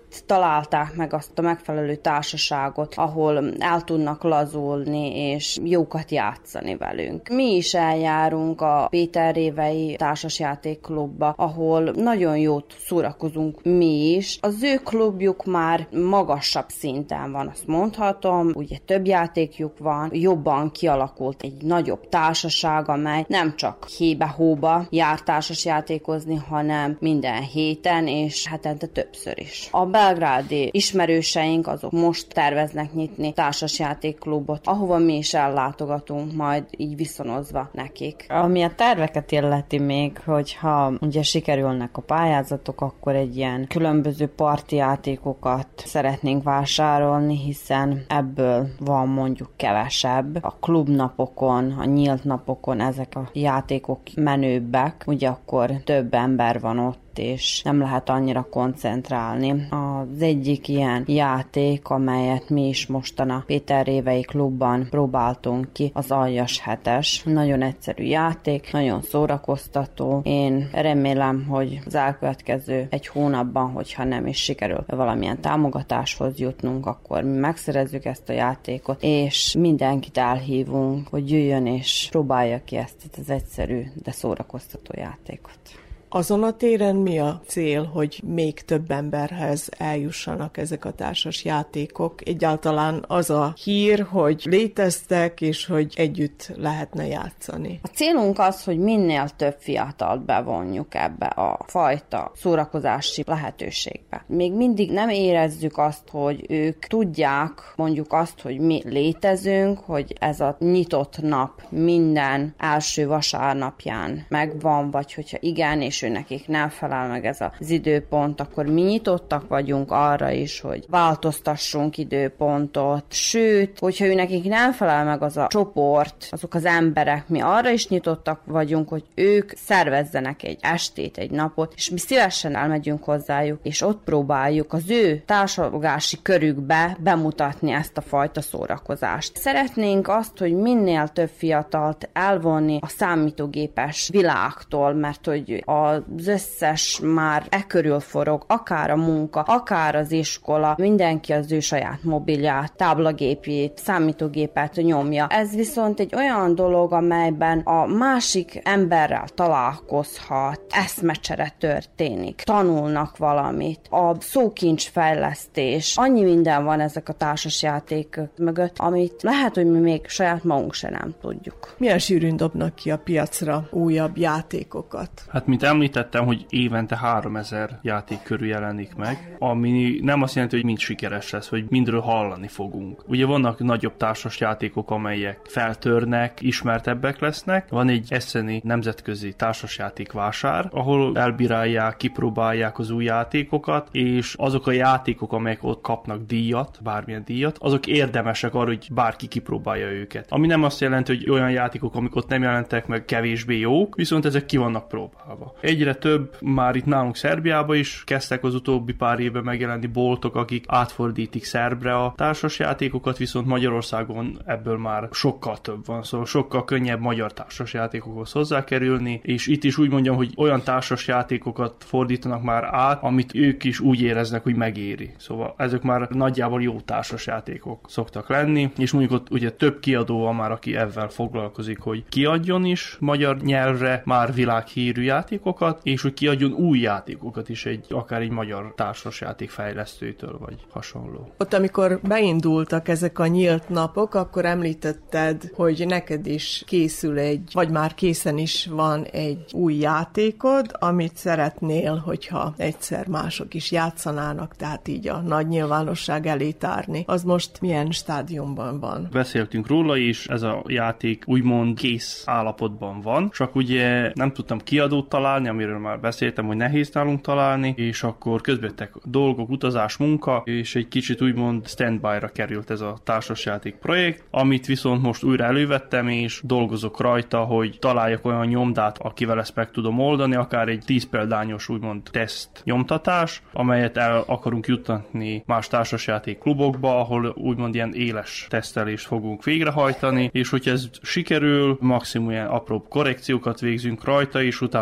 itt találták meg azt a megfelelő társaságot, ahol el tudnak lazulni, és jókat játszani velünk. Mi is eljárunk a Péter Révei Társasjátékklubba, ahol nagyon jót szórakozunk mi is. Az ő klubjuk már magasabb szinten van, azt mondhatom, ugye több játékjuk van, jobban kialakult egy nagyobb társaság, amely nem csak hébe-hóba jár társasjátékozni, hanem minden héten, és hetente többször is. A belgrádi ismerőseink azok most terveznek nyitni társasjátékklubot, ahova mi is ellátogatunk, majd így viszonozva nekik. Ami a terveket illeti még, hogyha ugye sikerülnek a pályázatok, akkor egy ilyen különböző parti játékokat szeretnénk vásárolni, hiszen ebből van mondjuk kevesebb. A klubnapokon, a nyílt napokon ezek a játékok menőbbek, ugye akkor több ember van ott, és nem lehet annyira koncentrálni. Az egyik ilyen játék, amelyet mi is mostan a Péter Révei klubban próbáltunk ki, az Aljas hetes. Nagyon egyszerű játék, nagyon szórakoztató. Én remélem, hogy az elkövetkező egy hónapban, hogyha nem is sikerül valamilyen támogatáshoz jutnunk, akkor mi megszerezzük ezt a játékot, és mindenkit elhívunk, hogy jöjjön és próbálja ki ezt az egyszerű, de szórakoztató játékot. Azon a téren mi a cél, hogy még több emberhez eljussanak ezek a társas játékok? Egyáltalán az a hír, hogy léteztek, és hogy együtt lehetne játszani. A célunk az, hogy minél több fiatalt bevonjuk ebbe a fajta szórakozási lehetőségbe. Még mindig nem érezzük azt, hogy ők tudják mondjuk azt, hogy mi létezünk, hogy ez a nyitott nap minden első vasárnapján megvan, vagy hogyha igen, és ő nekik nem felel meg ez az időpont, akkor mi nyitottak vagyunk arra is, hogy változtassunk időpontot, sőt, hogyha ő nekik nem felel meg az a csoport, azok az emberek, mi arra is nyitottak vagyunk, hogy ők szervezzenek egy estét, egy napot, és mi szívesen elmegyünk hozzájuk, és ott próbáljuk az ő társalgási körükbe bemutatni ezt a fajta szórakozást. Szeretnénk azt, hogy minél több fiatalt elvonni a számítógépes világtól, mert hogy az összes már e körül forog, akár a munka, akár az iskola, mindenki az ő saját mobilját, táblagépjét, számítógépet nyomja. Ez viszont egy olyan dolog, amelyben a másik emberrel találkozhat, eszmecsere történik, tanulnak valamit, a szókincsfejlesztés, annyi minden van ezek a társasjátékok mögött, amit lehet, hogy mi még saját magunk se nem tudjuk. Milyen sűrűn dobnak ki a piacra újabb játékokat? Hát, mint említettem, hogy évente háromezer játék körül jelenik meg, ami nem azt jelenti, hogy mind sikeres lesz, hogy mindről hallani fogunk. Ugye vannak nagyobb társas játékok, amelyek feltörnek, ismertebbek lesznek. Van egy eszeni nemzetközi társasjáték vásár, ahol elbírálják, kipróbálják az új játékokat, és azok a játékok, amelyek ott kapnak díjat, bármilyen díjat, azok érdemesek arra, hogy bárki kipróbálja őket. Ami nem azt jelenti, hogy olyan játékok, amik ott nem jelentek meg, kevésbé jók, viszont ezek ki vannak próbálva. Egyre több már itt nálunk Szerbiában is kezdtek az utóbbi pár évben megjelenni boltok, akik átfordítik szerbre a társasjátékokat, viszont Magyarországon ebből már sokkal több van, szóval sokkal könnyebb magyar társasjátékokhoz hozzákerülni, és itt is úgy mondjam, hogy olyan társasjátékokat fordítanak már át, amit ők is úgy éreznek, hogy megéri. Szóval ezek már nagyjából jó társasjátékok szoktak lenni, és mondjuk ott ugye több kiadó van már, aki ezzel foglalkozik, hogy kiadjon is magyar nyelvre már világhírű játékokat, és hogy kiadjon új játékokat is egy akár egy magyar társasjáték fejlesztőtől, vagy hasonló. Ott, amikor beindultak ezek a nyílt napok, akkor említetted, hogy neked is készül egy, vagy már készen is van egy új játékod, amit szeretnél, hogyha egyszer mások is játszanának, tehát így a nagy nyilvánosság elé tárni. Az most milyen stádiumban van? Beszéltünk róla is, ez a játék úgymond kész állapotban van, csak ugye nem tudtam kiadót találni, amiről már beszéltem, hogy nehéz nálunk találni, és akkor közbettek dolgok, utazás, munka, és egy kicsit úgymond standby-ra került ez a társasjáték projekt, amit viszont most újra elővettem, és dolgozok rajta, hogy találjak olyan nyomdát, akivel ezt meg tudom oldani, akár egy tíz példányos úgymond teszt nyomtatás, amelyet el akarunk juttatni más társasjáték klubokba, ahol úgymond ilyen éles tesztelést fogunk végrehajtani, és hogyha ez sikerül, maximum ilyen apró korrekciókat végzünk rajta, és utána majd meglátjuk,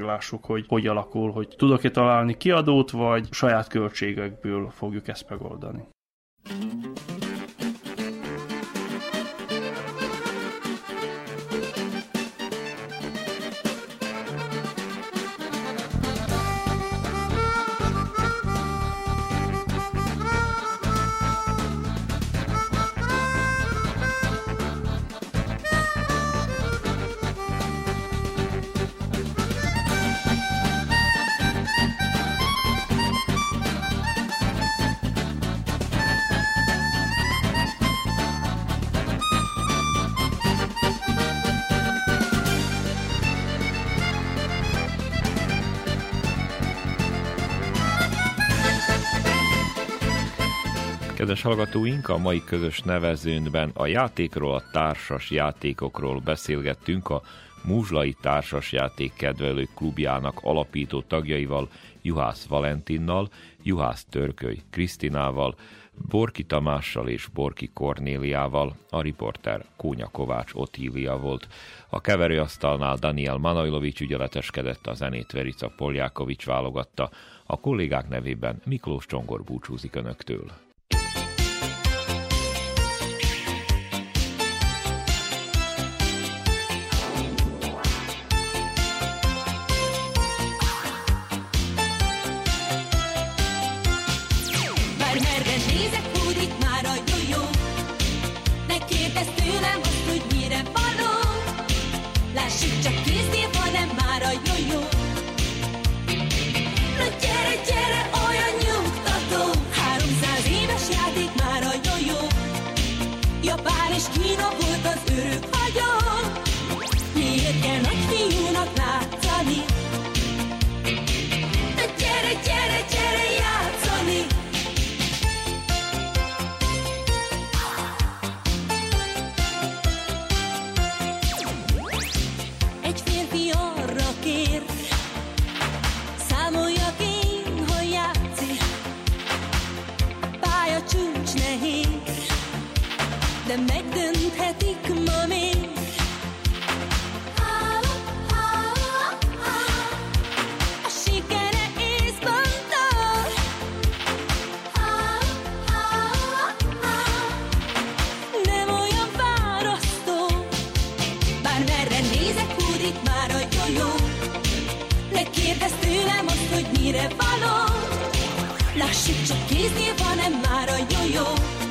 meglássuk, hogy hogy alakul, hogy tudok-e találni kiadót, vagy saját költségekből fogjuk ezt megoldani. Kedves hallgatóink, a mai közös nevezőnkben a játékról, a társas játékokról beszélgettünk a Múzslai Társasjáték Kedvelők Klubjának alapító tagjaival, Juhász Valentinnal, Juhász Törköly Krisztinával, Borki Tamással és Borki Kornéliával, a riporter Kónya Kovács Otília volt. A keverőasztalnál Daniel Manojlovics ügyeleteskedett, a zenét Verica Poljákovics válogatta, a kollégák nevében Miklós Csongor búcsúzik önöktől. De megdönthetik ma még. A sikere észban tart. Nem olyan fárasztó. Bármerre nézek, hódít már a jojó. Ne kérdezz tőlem azt, hogy mire való. Lássuk, csak kéznél van-e már a jojó.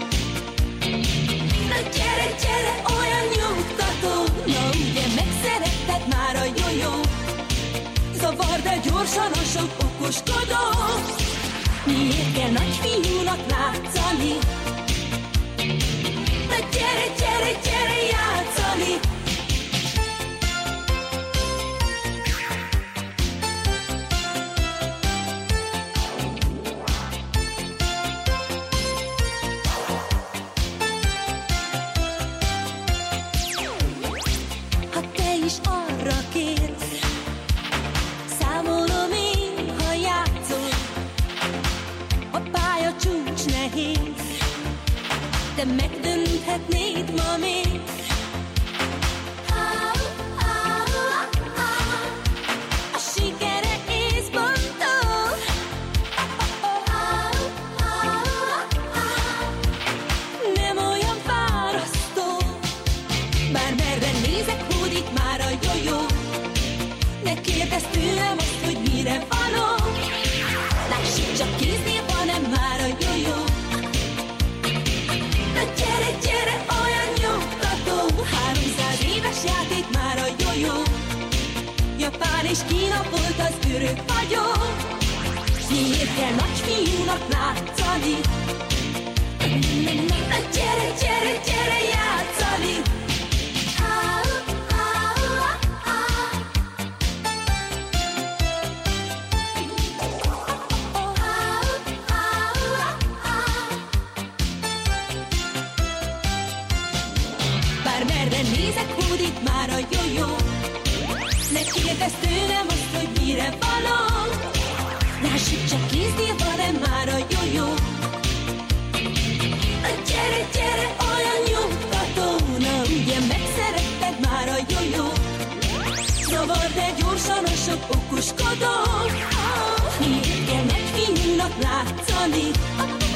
Na gyere, gyere, olyan nyugtató. Na ugye megszeretted már a jojó. Zavar, de gyorsan a sok okoskodó. Miért kell nagyfiúnak látszani? Na gyere, gyere, gyere játszani. De megdönthetnéd ma még. A sikere észban tart. Nem olyan fárasztó. Bármerre nézek, hódít már a jojó. Ne kérdezz tőlem azt, hogy mire való. Lássuk, csak kéznél van-e már a jojó. Na gyere, gyere, olyan nyugtató. Háromszáz éves játék már a jojó. Japán és Kína volt az örök hagyó. Miért kell nagyfiúnak látszani? Na gyere, gyere, gyere játszani. Nézek, hódít már a jojó. Ne kérdezz tőlem azt, hogy mire való. Lássuk, csak kéznél van-e már a jojó. Na gyere, gyere, olyan nyugtató. Na ugye megszeretted már a jojó. Zavar, de gyorsan a sok okos látszani.